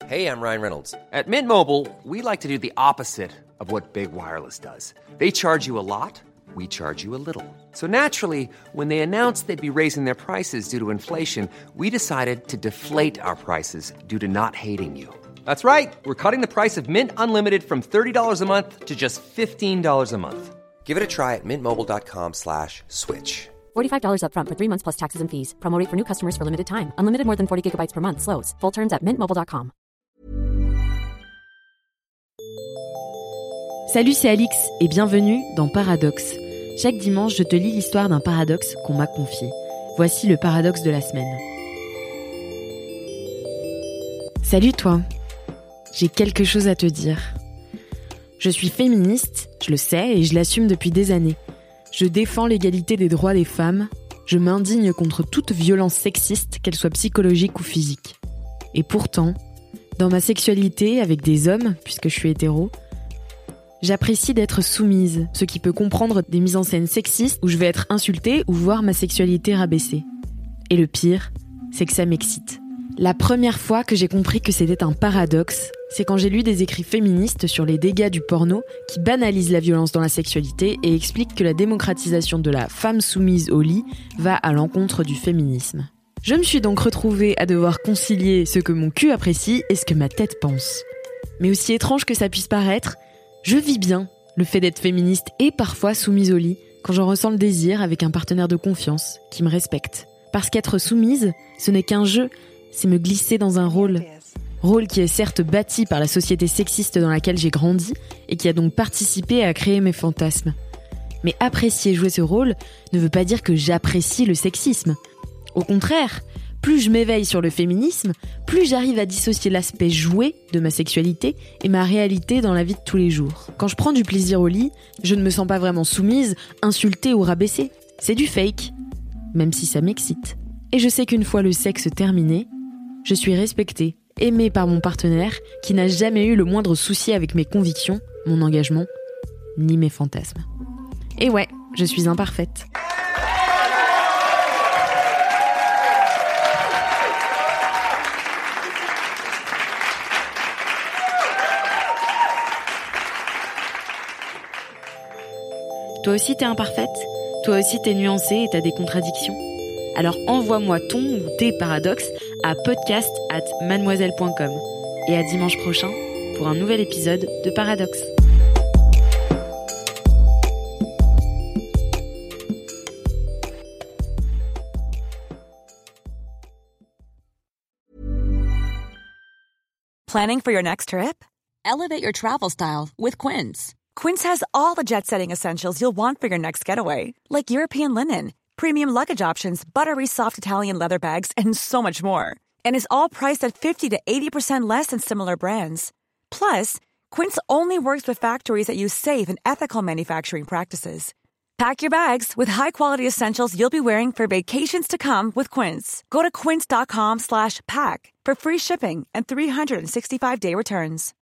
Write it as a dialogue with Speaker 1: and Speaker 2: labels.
Speaker 1: Hey, I'm Ryan Reynolds. At Mint Mobile, we like to do the opposite of what Big Wireless does. They charge you a lot, we charge you a little. So naturally, when they announced they'd be raising their prices due to inflation, we decided to deflate our prices due to not hating you. That's right. We're cutting the price of Mint Unlimited from $30 a month to just $15 a month. Give it a try at mintmobile.com/switch.
Speaker 2: $45 up front for 3 months plus taxes and fees. Promo rate for new customers for limited time. Unlimited more than 40 gigabytes per month. Slows full terms at mintmobile.com.
Speaker 3: Salut, c'est Alix et bienvenue dans Paradoxe. Chaque dimanche, je te lis l'histoire d'un paradoxe qu'on m'a confié. Voici le paradoxe de la semaine. Salut toi, j'ai quelque chose à te dire. Je suis féministe, je le sais et je l'assume depuis des années. Je défends l'égalité des droits des femmes, je m'indigne contre toute violence sexiste, qu'elle soit psychologique ou physique. Et pourtant, dans ma sexualité avec des hommes, puisque je suis hétéro, j'apprécie d'être soumise, ce qui peut comprendre des mises en scène sexistes où je vais être insultée ou voir ma sexualité rabaissée. Et le pire, c'est que ça m'excite. La première fois que j'ai compris que c'était un paradoxe, c'est quand j'ai lu des écrits féministes sur les dégâts du porno qui banalisent la violence dans la sexualité et expliquent que la démocratisation de la femme soumise au lit va à l'encontre du féminisme. Je me suis donc retrouvée à devoir concilier ce que mon cul apprécie et ce que ma tête pense. Mais aussi étrange que ça puisse paraître, je vis bien le fait d'être féministe et parfois soumise au lit quand j'en ressens le désir avec un partenaire de confiance qui me respecte. Parce qu'être soumise, ce n'est qu'un jeu, c'est me glisser dans un rôle. Rôle qui est certes bâti par la société sexiste dans laquelle j'ai grandi et qui a donc participé à créer mes fantasmes. Mais apprécier jouer ce rôle ne veut pas dire que j'apprécie le sexisme. Au contraire, plus je m'éveille sur le féminisme, plus j'arrive à dissocier l'aspect joué de ma sexualité et ma réalité dans la vie de tous les jours. Quand je prends du plaisir au lit, je ne me sens pas vraiment soumise, insultée ou rabaissée. C'est du fake, même si ça m'excite. Et je sais qu'une fois le sexe terminé, je suis respectée, aimée par mon partenaire qui n'a jamais eu le moindre souci avec mes convictions, mon engagement, ni mes fantasmes. Et ouais, je suis imparfaite. Toi aussi t'es imparfaite, toi aussi t'es nuancée et t'as des contradictions. Alors envoie-moi ton ou tes paradoxes à podcast@mademoiselle.com. Et à dimanche prochain pour un nouvel épisode de Paradoxe.
Speaker 4: Planning for your next trip? Elevate your travel style with Quince. Quince has all the jet-setting essentials you'll want for your next getaway, like European linen, premium luggage options, buttery soft Italian leather bags, and so much more. And is all priced at 50 to 80% less than similar brands. Plus, Quince only works with factories that use safe and ethical manufacturing practices. Pack your bags with high-quality essentials you'll be wearing for vacations to come with Quince. Go to quince.com/pack for free shipping and 365-day returns.